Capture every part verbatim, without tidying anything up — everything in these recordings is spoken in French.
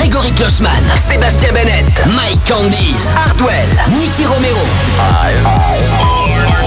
Grégory Klossman, Sébastien Bennett, Mike Candice, Hardwell, Nicky Romero. five, four,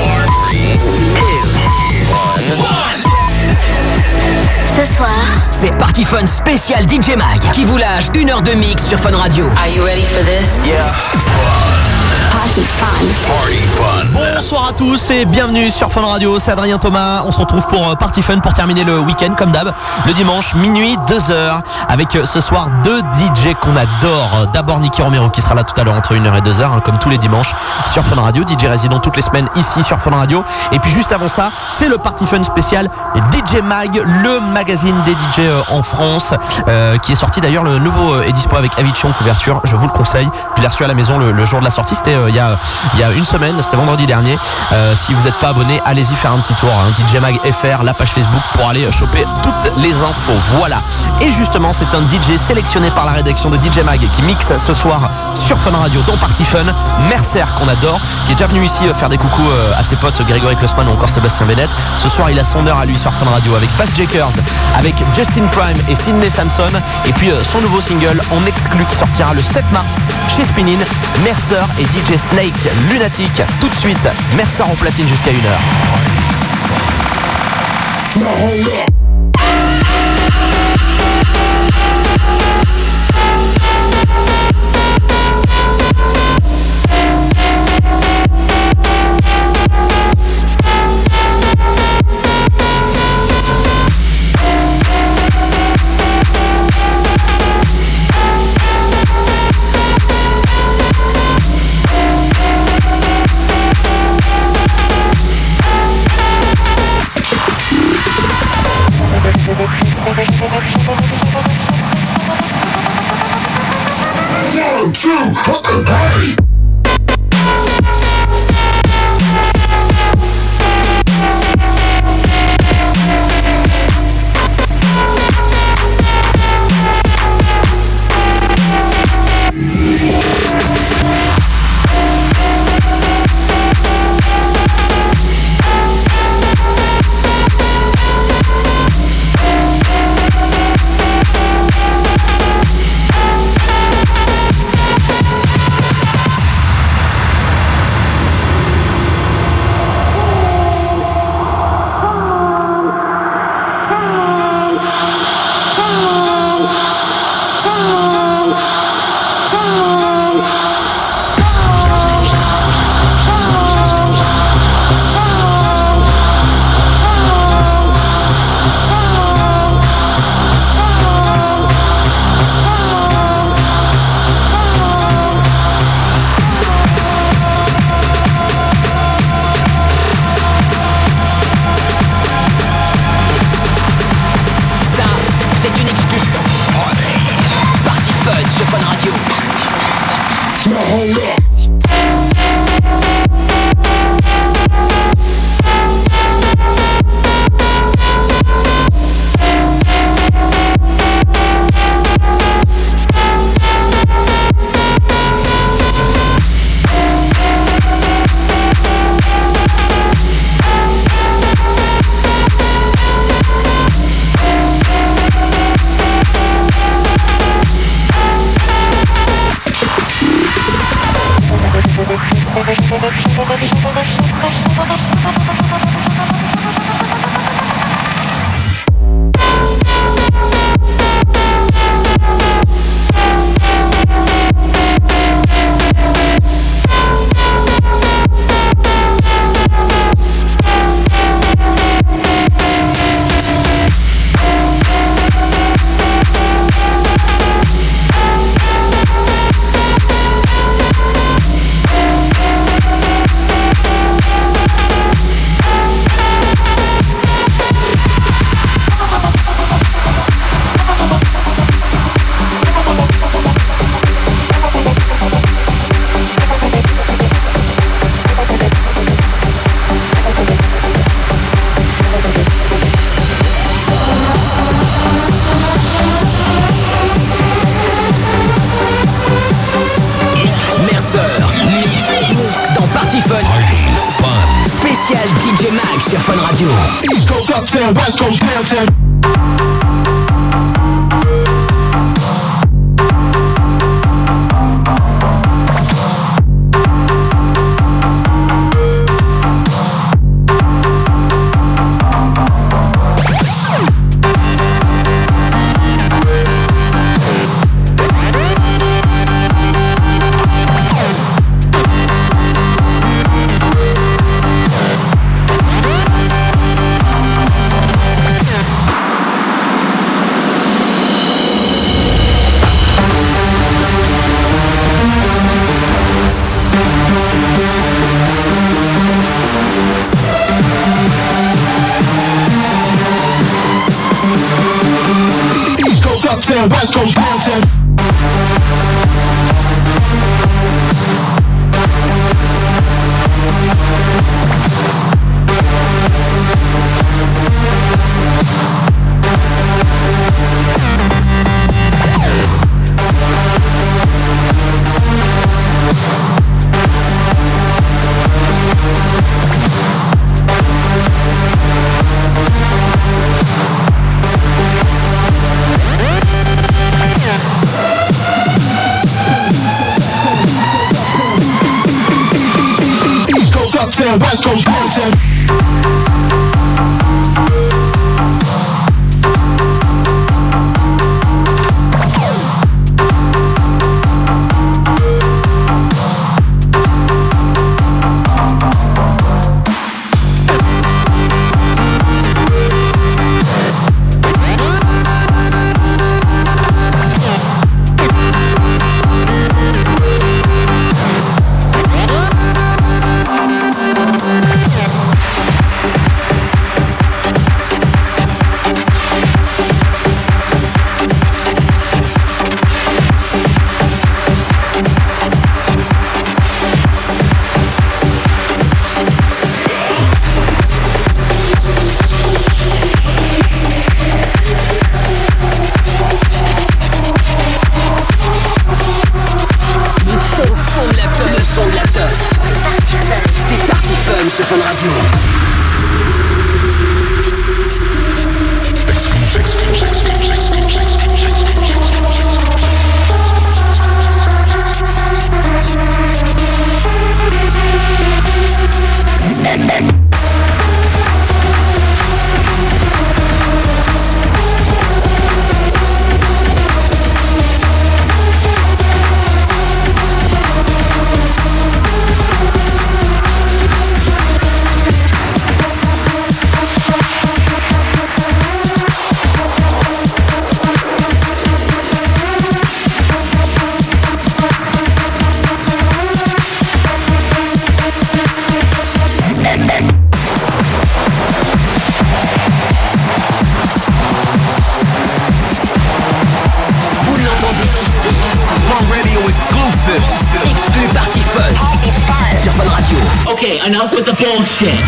three, two, one. Ce soir, c'est Party Fun spécial D J Mag qui vous lâche une heure de mix sur Fun Radio. Are you ready for this? Yeah. Party Fun. Party Fun. Bonsoir à tous et bienvenue sur Fun Radio, c'est Adrien Thomas. On se retrouve pour Party Fun pour terminer le week-end comme d'hab. Le dimanche, minuit, deux heures, avec ce soir deux D J qu'on adore. D'abord Nicky Romero qui sera là tout à l'heure entre une heure et deux heures, hein, comme tous les dimanches sur Fun Radio. D J résident toutes les semaines ici sur Fun Radio. Et puis juste avant ça, c'est le Party Fun spécial D J Mag, le magazine des D J euh, en France, euh, qui est sorti d'ailleurs. Le nouveau euh, est dispo avec Avicii en couverture. Je vous le conseille. Je l'ai reçu à la maison le, le jour de la sortie. C'était euh, il y a il y a une semaine, c'était vendredi dernier. Euh, si vous n'êtes pas abonné, allez-y faire un petit tour, hein, D J Mag F R, la page Facebook, pour aller choper toutes les infos. Voilà. Et justement, c'est un D J sélectionné par la rédaction de D J Mag qui mixe ce soir sur Fun Radio dans Party Fun, Mercer, qu'on adore, qui est déjà venu ici faire des coucous à ses potes Grégory Klossman ou encore Sébastien Bennett. Ce soir, il a son heure à lui sur Fun Radio avec Bass Jakers, avec Justin Prime et Sidney Samson, et puis son nouveau single en exclu qui sortira le sept mars chez Spinnin, Mercer et D J Snake Lunatic. Tout de suite, Mercer en platine jusqu'à une heure. One, two, hey! Uptown, West Coast, downtown. Uptown, West Coast, downtown. Uptown, West Coast, downtown. Enough with the bullshit.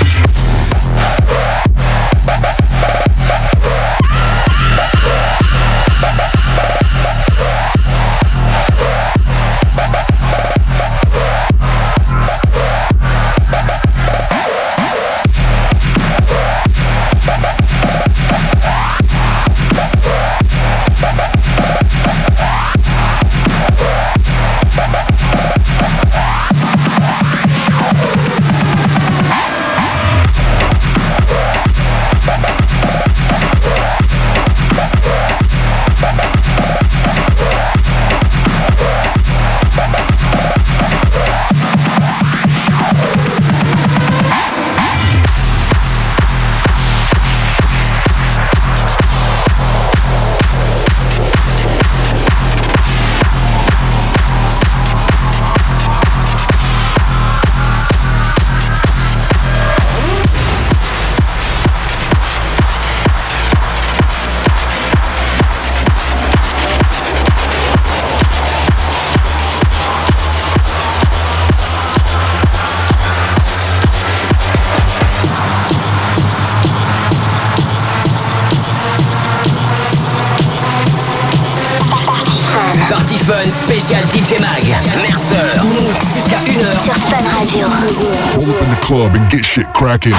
Spécial D J Mag, Mercer, jusqu'à une heure sur Fun Radio. Roll up in the club and get shit cracking.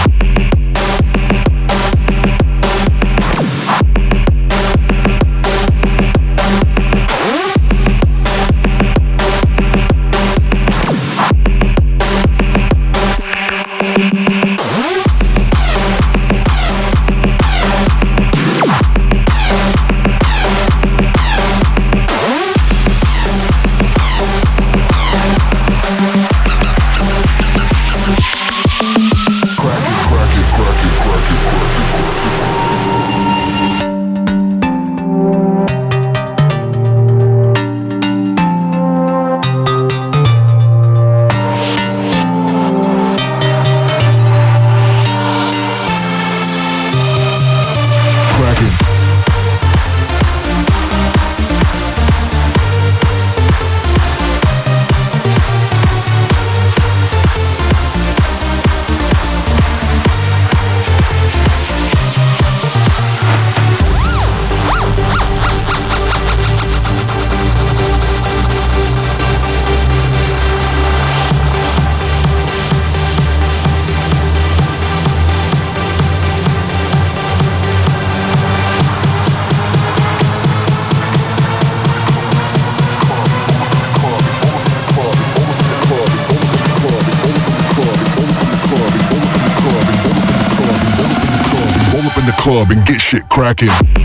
Crack it, crack it, crack it. up in the club and get shit cracking.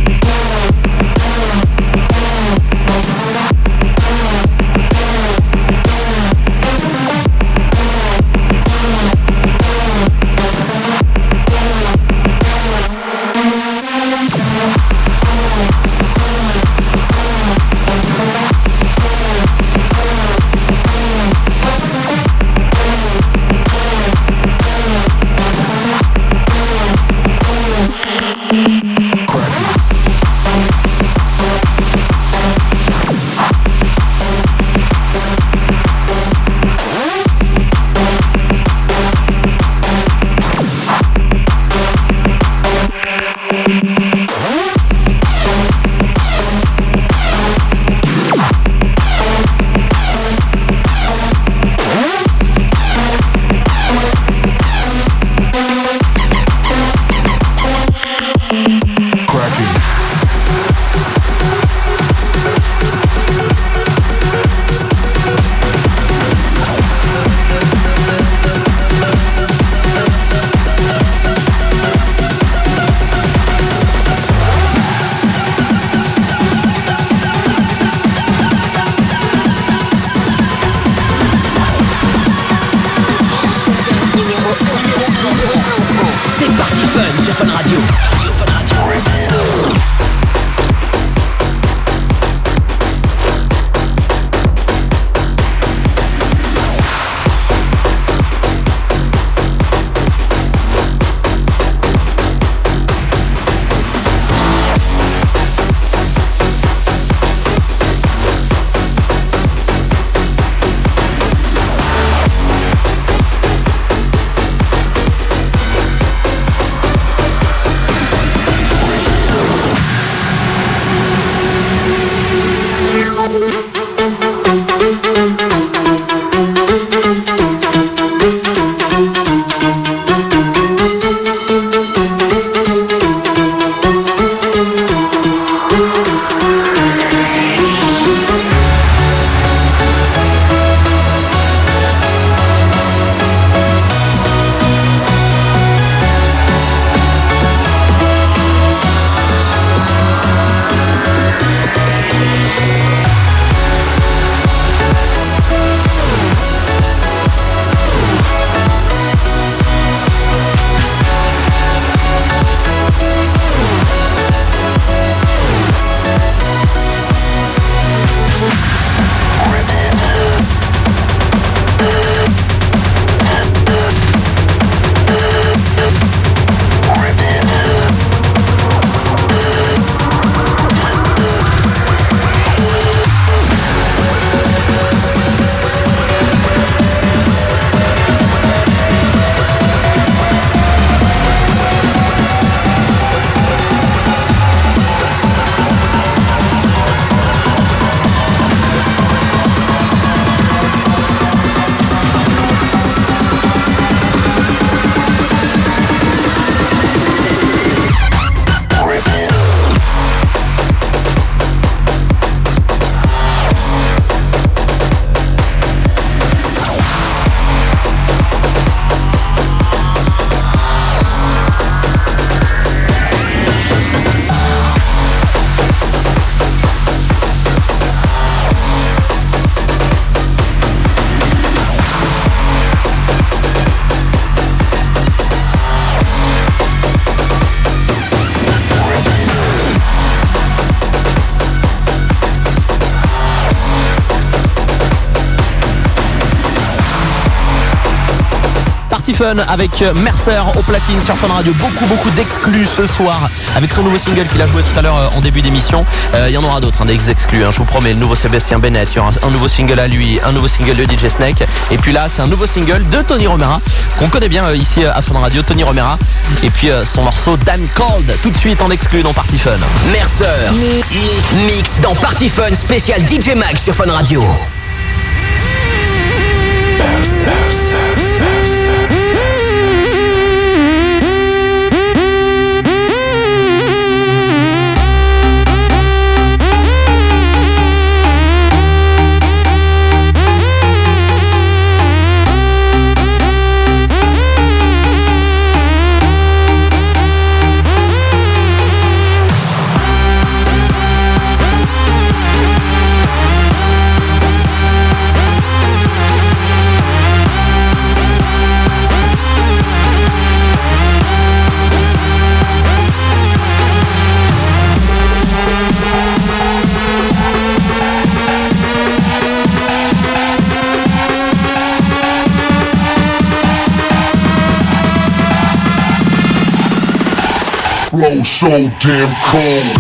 Fun avec Mercer au platine sur Fun Radio. Beaucoup beaucoup d'exclus ce soir avec son nouveau single qu'il a joué tout à l'heure en début d'émission. Il euh, y en aura d'autres, hein, des exclus, hein, je vous promets. Le nouveau Sébastien Bennett, il y aura un, un nouveau single à lui, un nouveau single de D J Snake. Et puis là c'est un nouveau single de Tony Romera qu'on connaît bien euh, ici à Fun Radio. Tony Romera et puis euh, son morceau Damn Cold tout de suite en exclu dans Party Fun. Mercer mix dans Party Fun spécial D J Mag sur Fun Radio. Mercer, Mercer, Mercer. Flow so damn cold.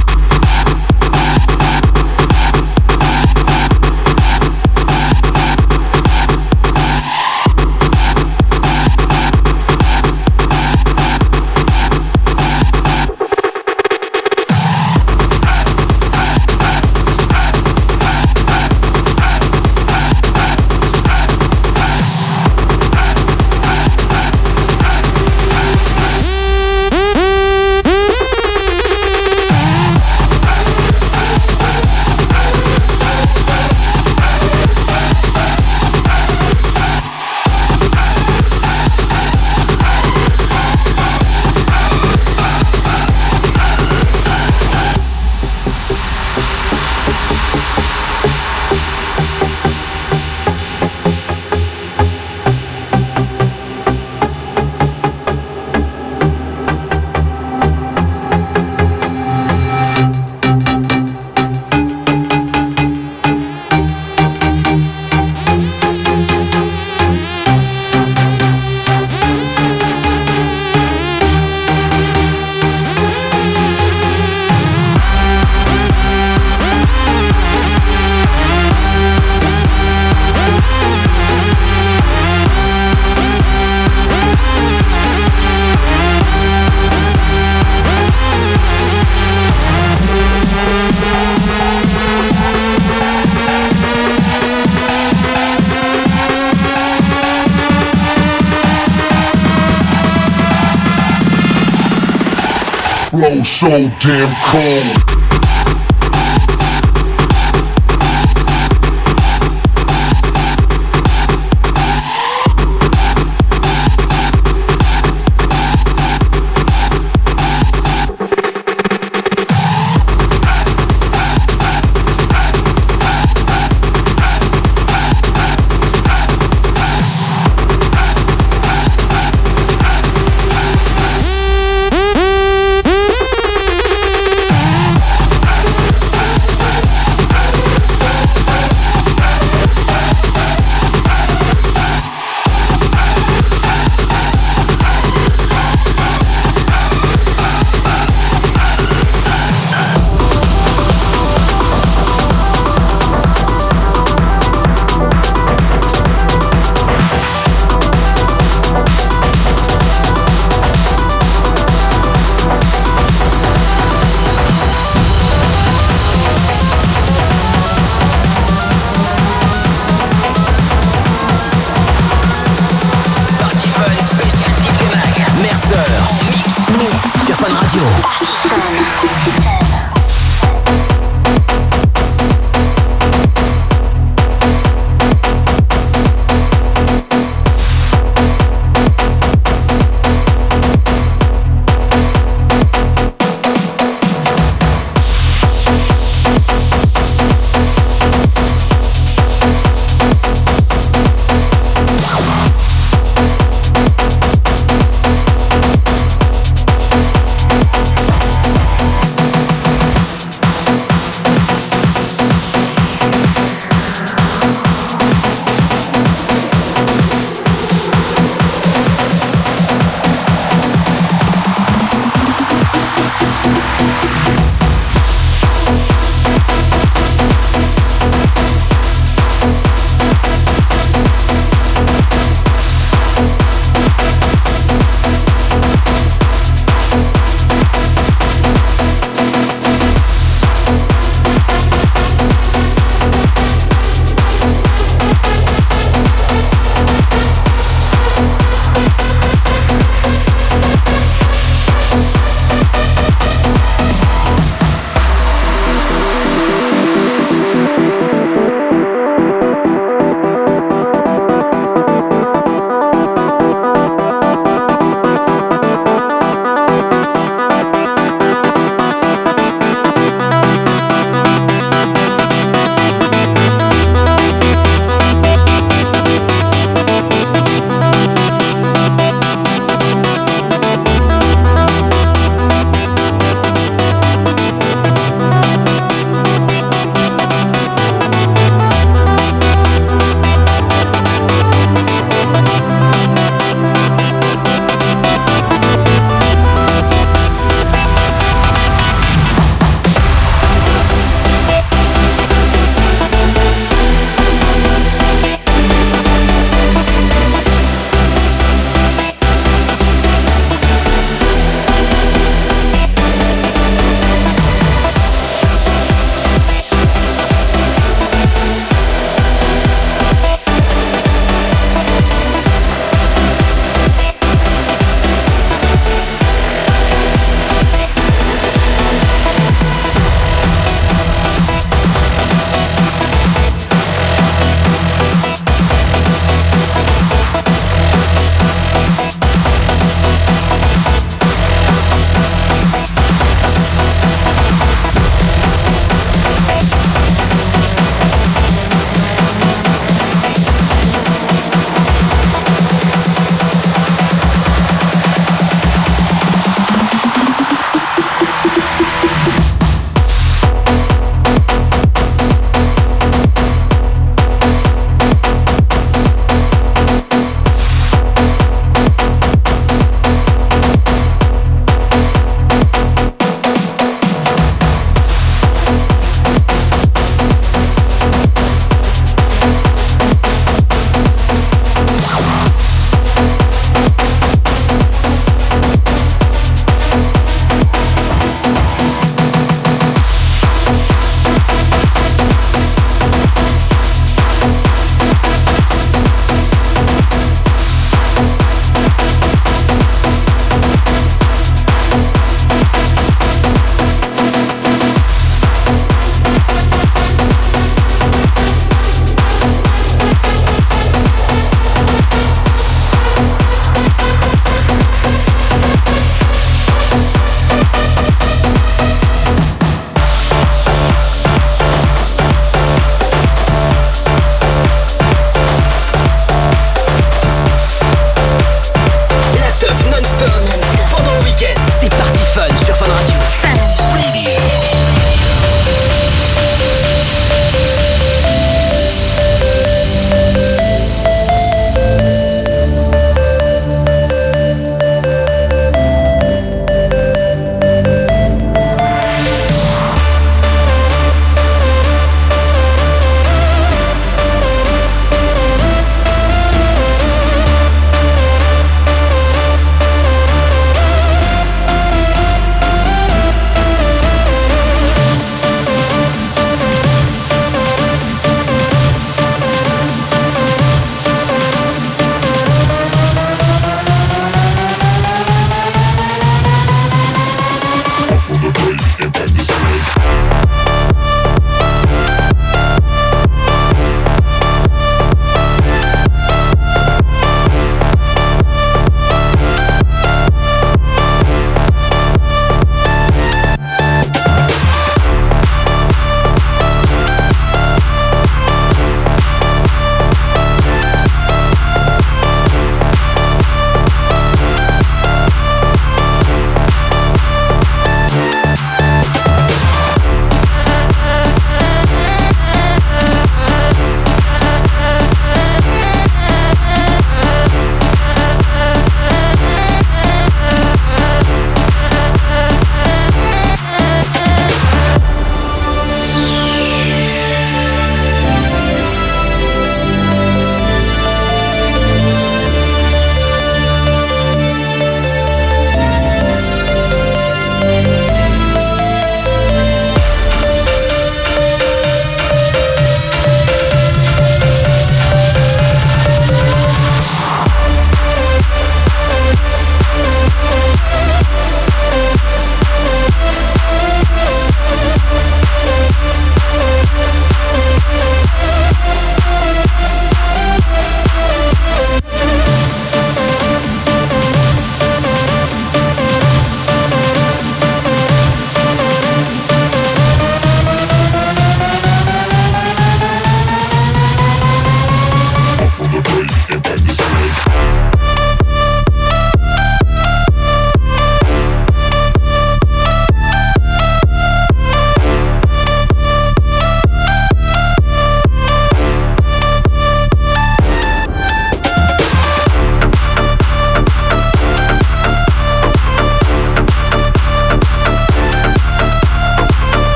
Flow so damn cold.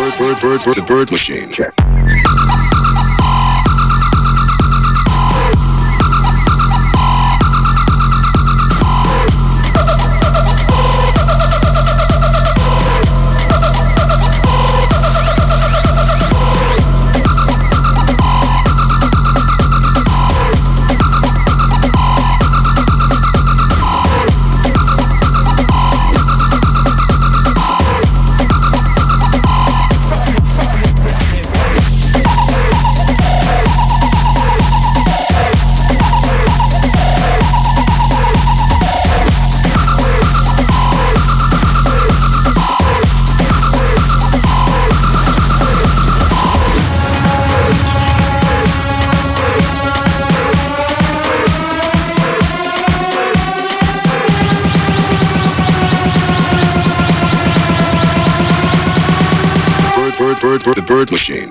bird, bird, bird, the bird machine. Bird, bird, bird, the bird machine.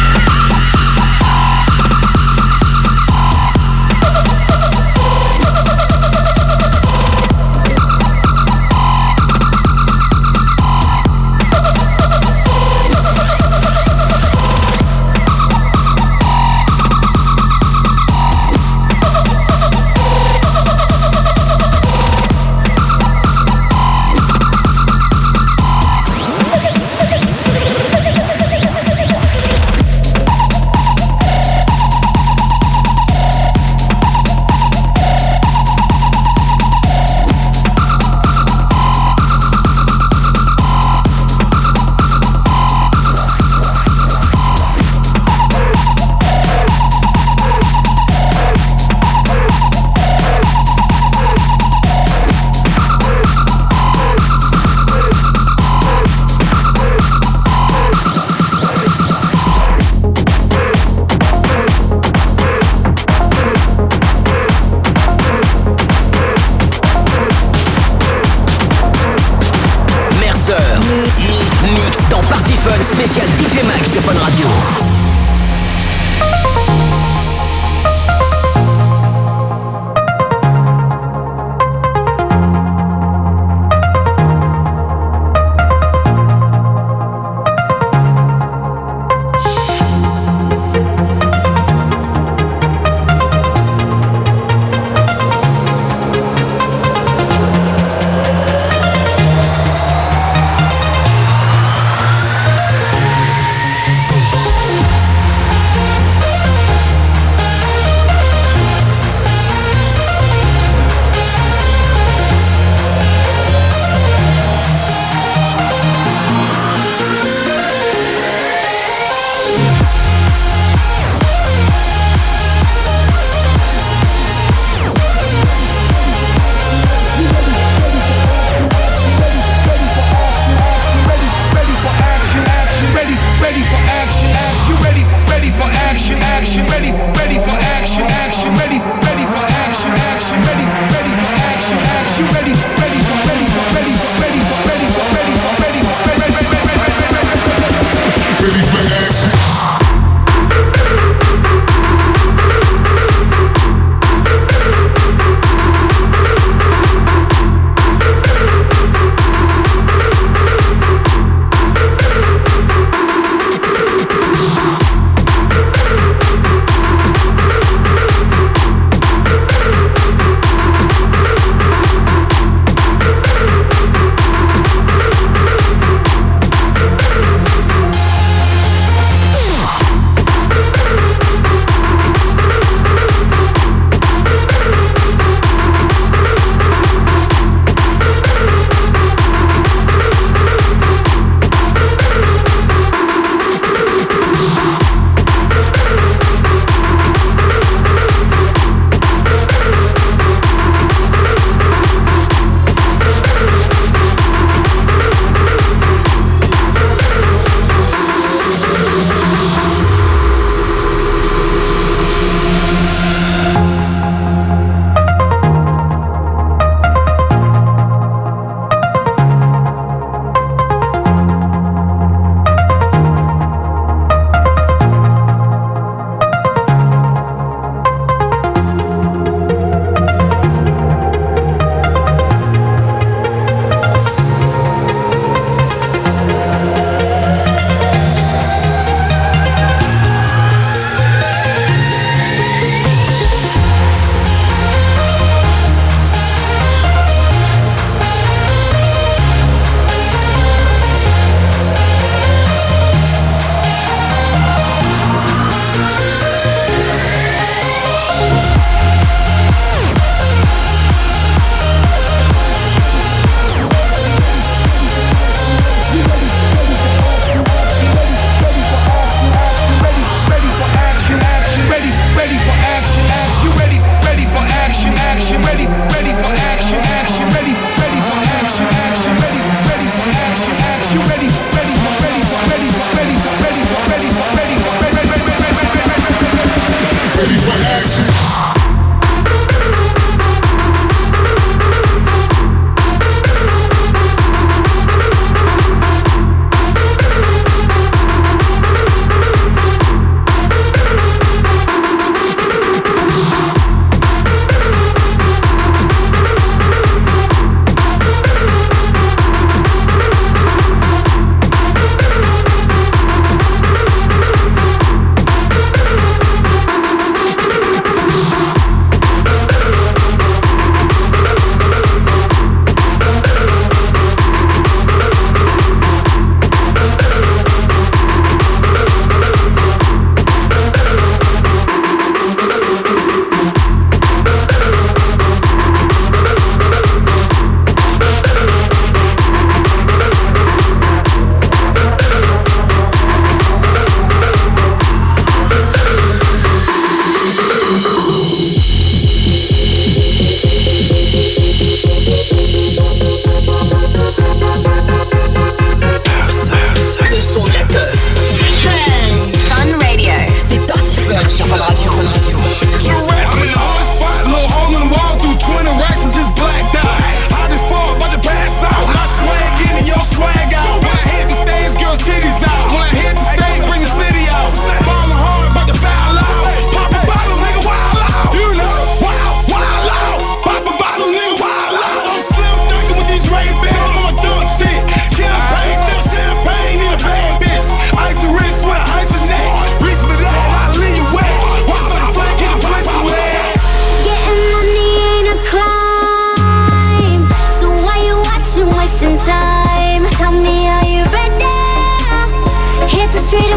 Spécial D J Max sur Fun Radio.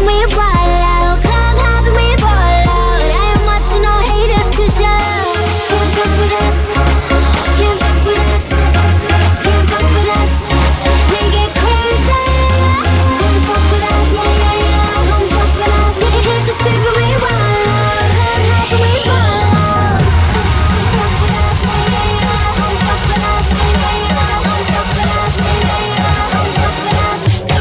and we wild out. Club hop and we roll out. I am watching no haters, cause you can't fuck with us. Can't fuck with us. Can't fuck with us. We get crazy. Come fuck with us. Yeah, yeah, yeah. Come fuck with us. We hit the street and we wild out. Club hop and we roll out. Fuck with us. Yeah, yeah, yeah. Come fuck with us. Yeah, yeah, yeah. Come fuck with us. Yeah, yeah, yeah. Come fuck with us.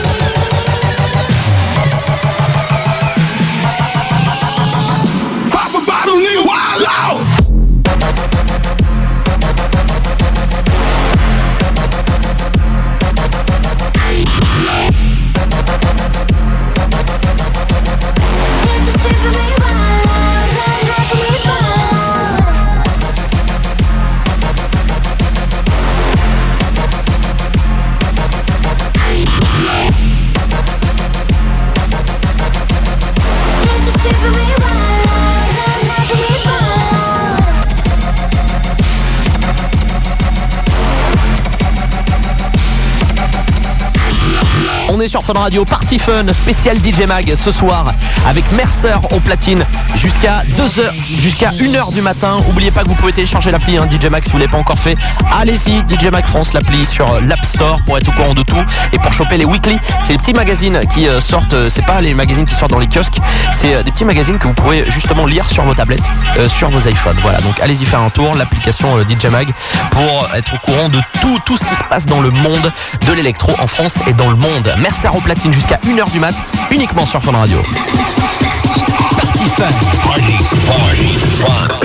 Pop a bottle, nigga, wild out. Hit the street and we wild out. Club hop and we roll out. Hit the street and we wild out. Club hop and we roll out. On est sur Fun Radio, Party Fun, spécial D J Mag ce soir avec Mercer au platine jusqu'à deux heures, jusqu'à une heure du matin. Oubliez pas que vous pouvez télécharger l'appli hein, D J Mag si vous l'avez pas encore fait. Allez-y, D J Mag France, l'appli sur l'App Store pour être au courant de tout et pour choper les weekly. C'est les petits magazines qui euh, sortent, euh, c'est pas les magazines qui sortent dans les kiosques, c'est euh, des petits magazines que vous pourrez justement lire sur vos tablettes, euh, sur vos iPhones. Voilà, donc allez-y faire un tour, l'application euh, D J Mag pour être au courant de tout, tout ce qui se passe dans le monde de l'électro en France et dans le monde. Mercer au platine jusqu'à une heure du mat, uniquement sur Fun Radio. Party Fun. Party, party, fun.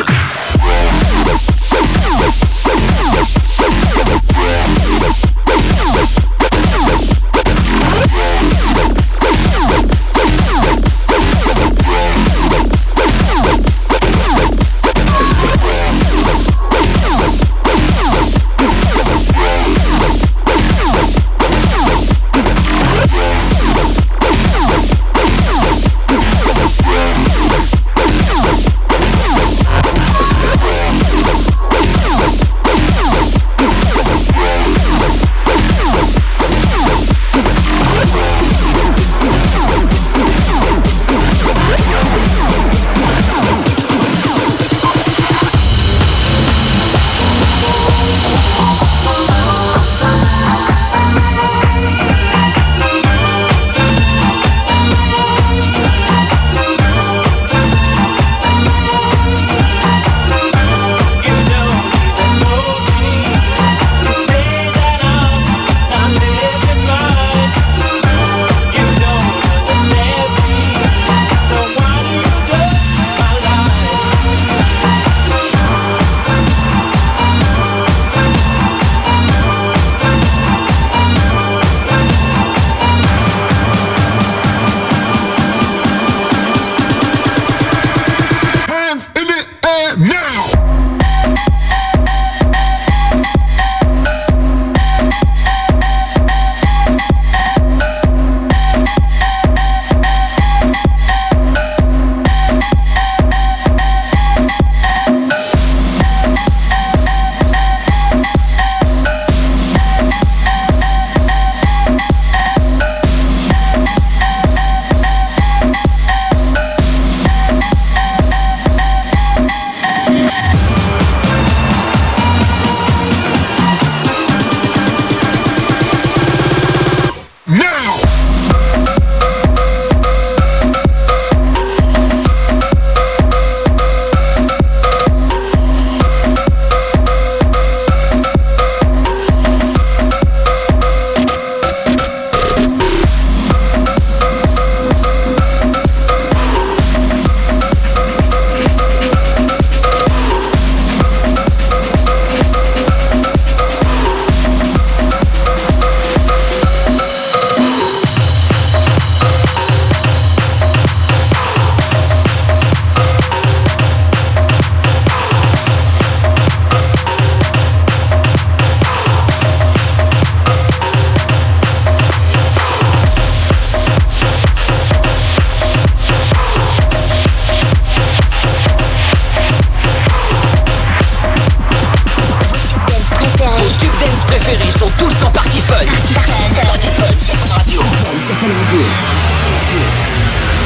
Radio.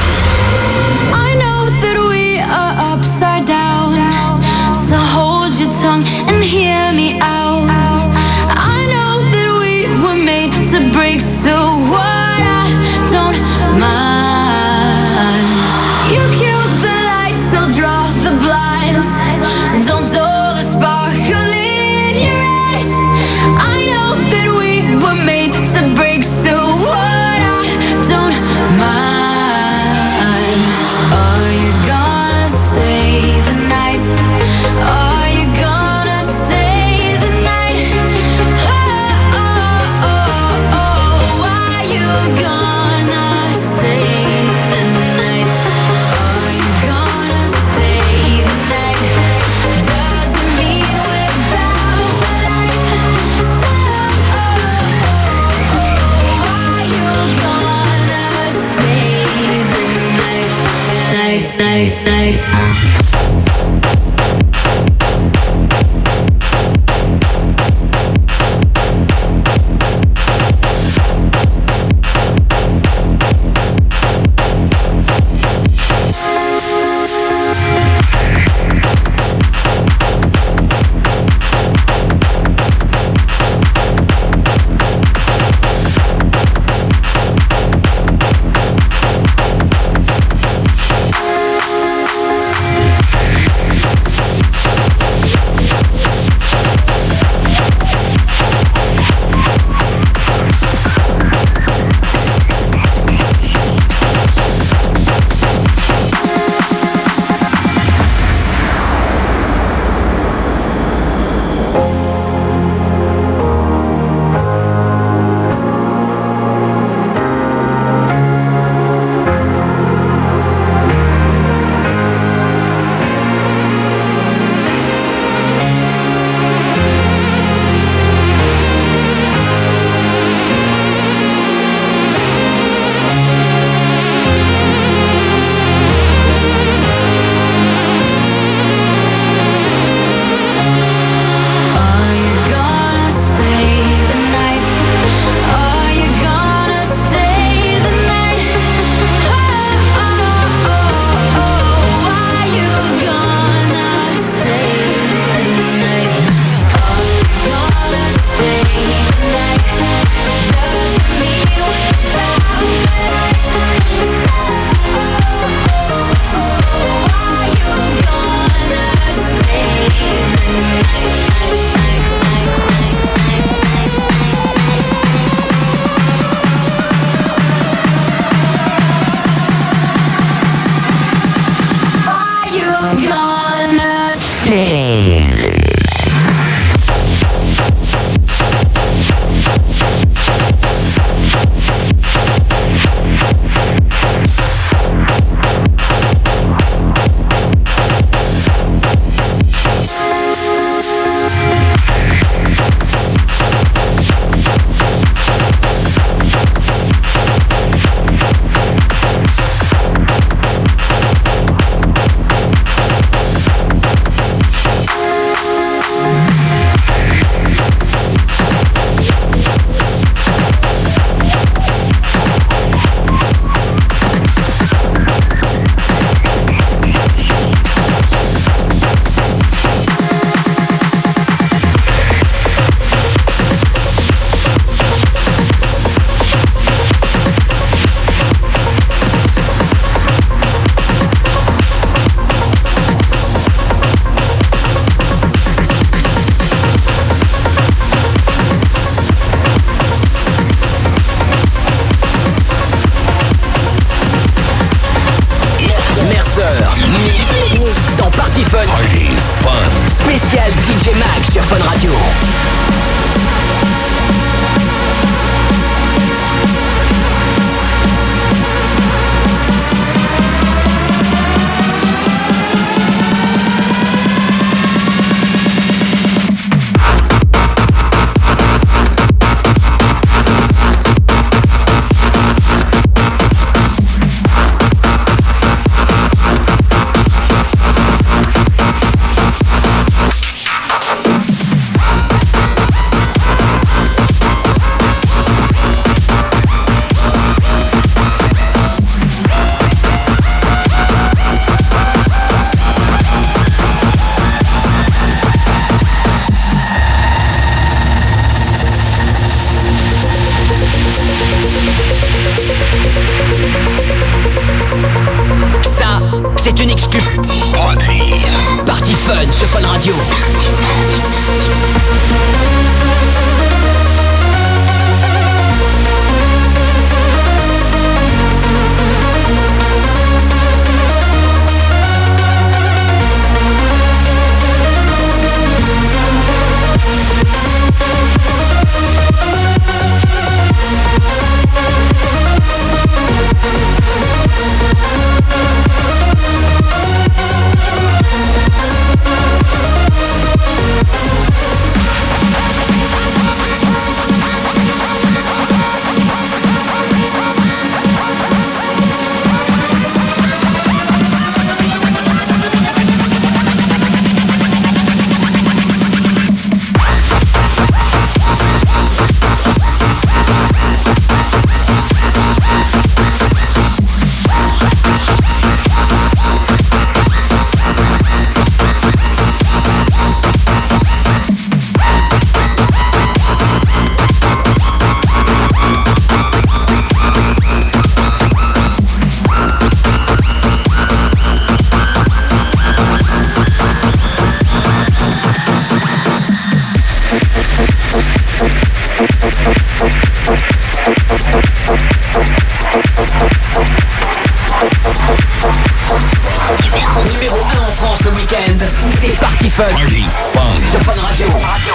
night, night. Spécial D J Mag sur Fun Radio. C'est une exclue. Party. Party Fun sur Fun Radio. C'est Party Fun. Party Fun. Sur Fun Radio.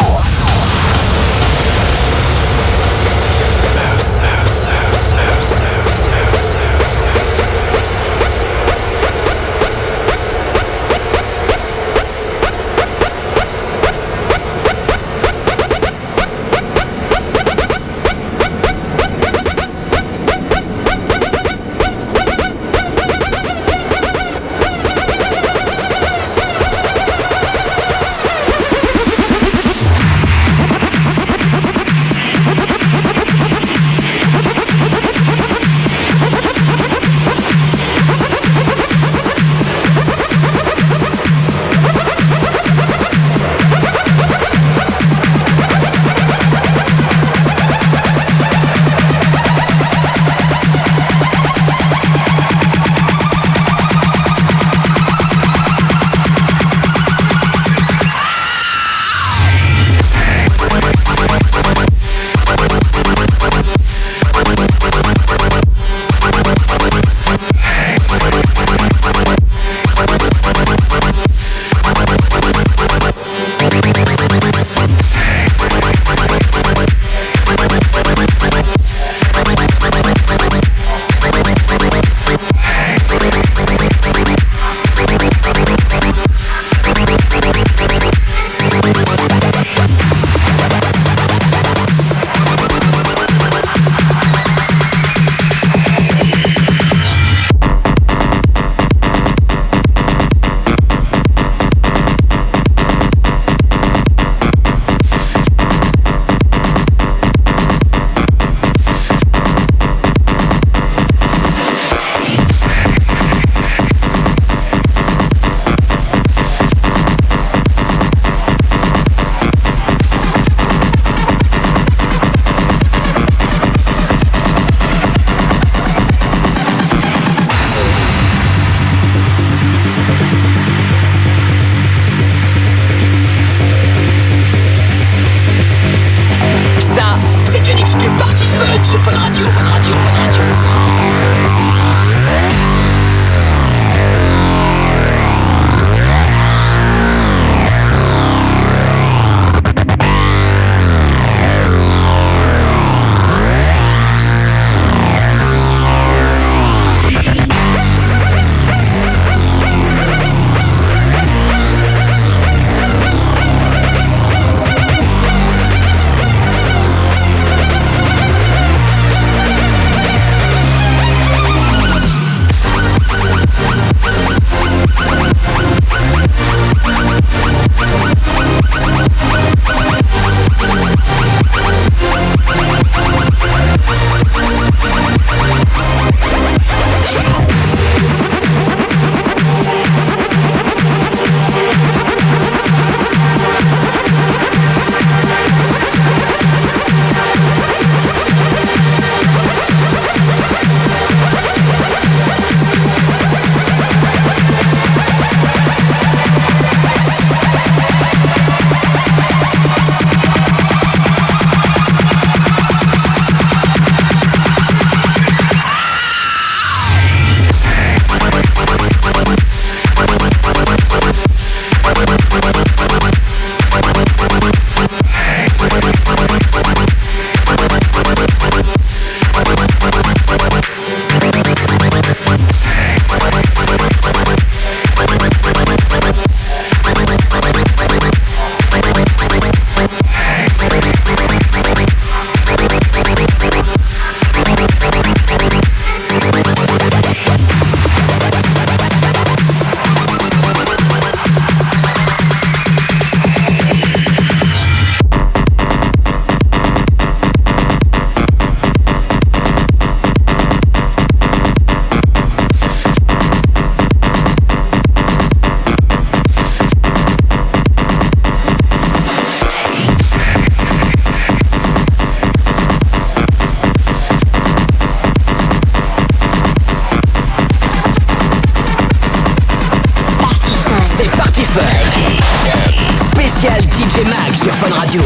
spécial D J Mag sur Fun Radio.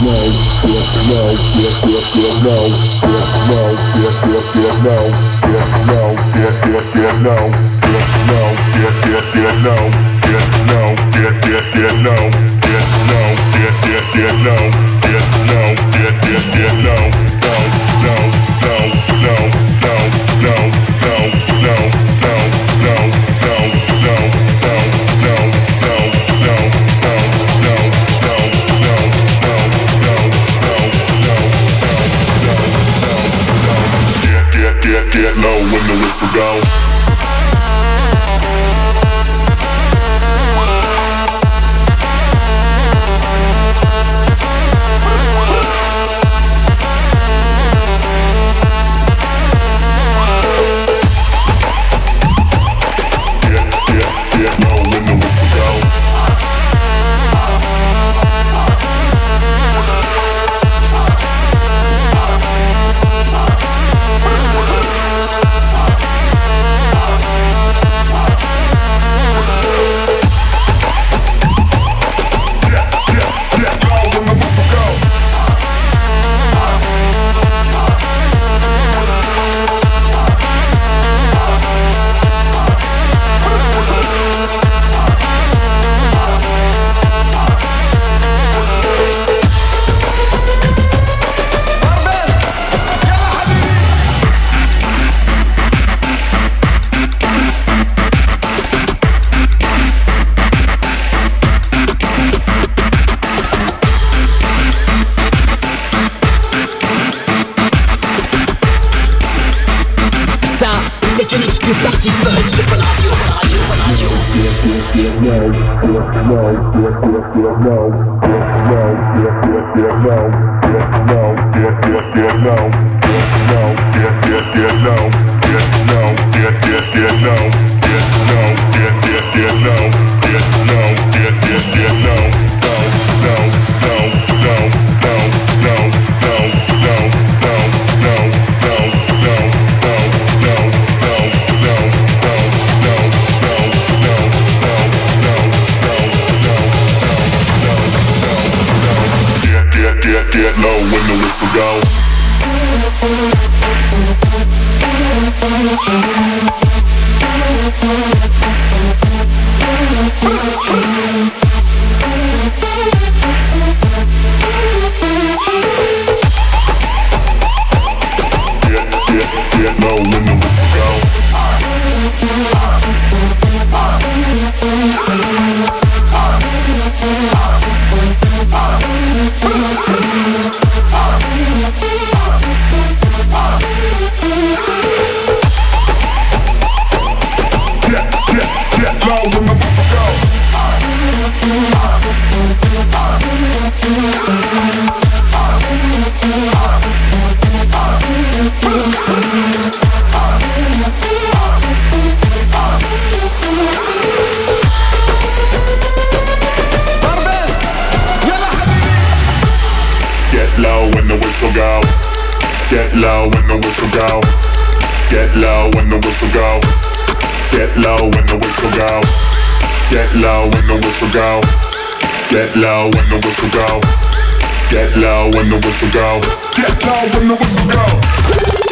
Get low when the whistle go. Party Fun sur Fun Radio. Get low when the whistle go. Get, get, get low when the whistle go. Get low when the whistle go. Get low when the whistle go. Get low when the whistle go. Get low when the whistle go. Get low when the whistle go. Get low when the whistle go. Get low when the whistle go. Get low when the whistle go.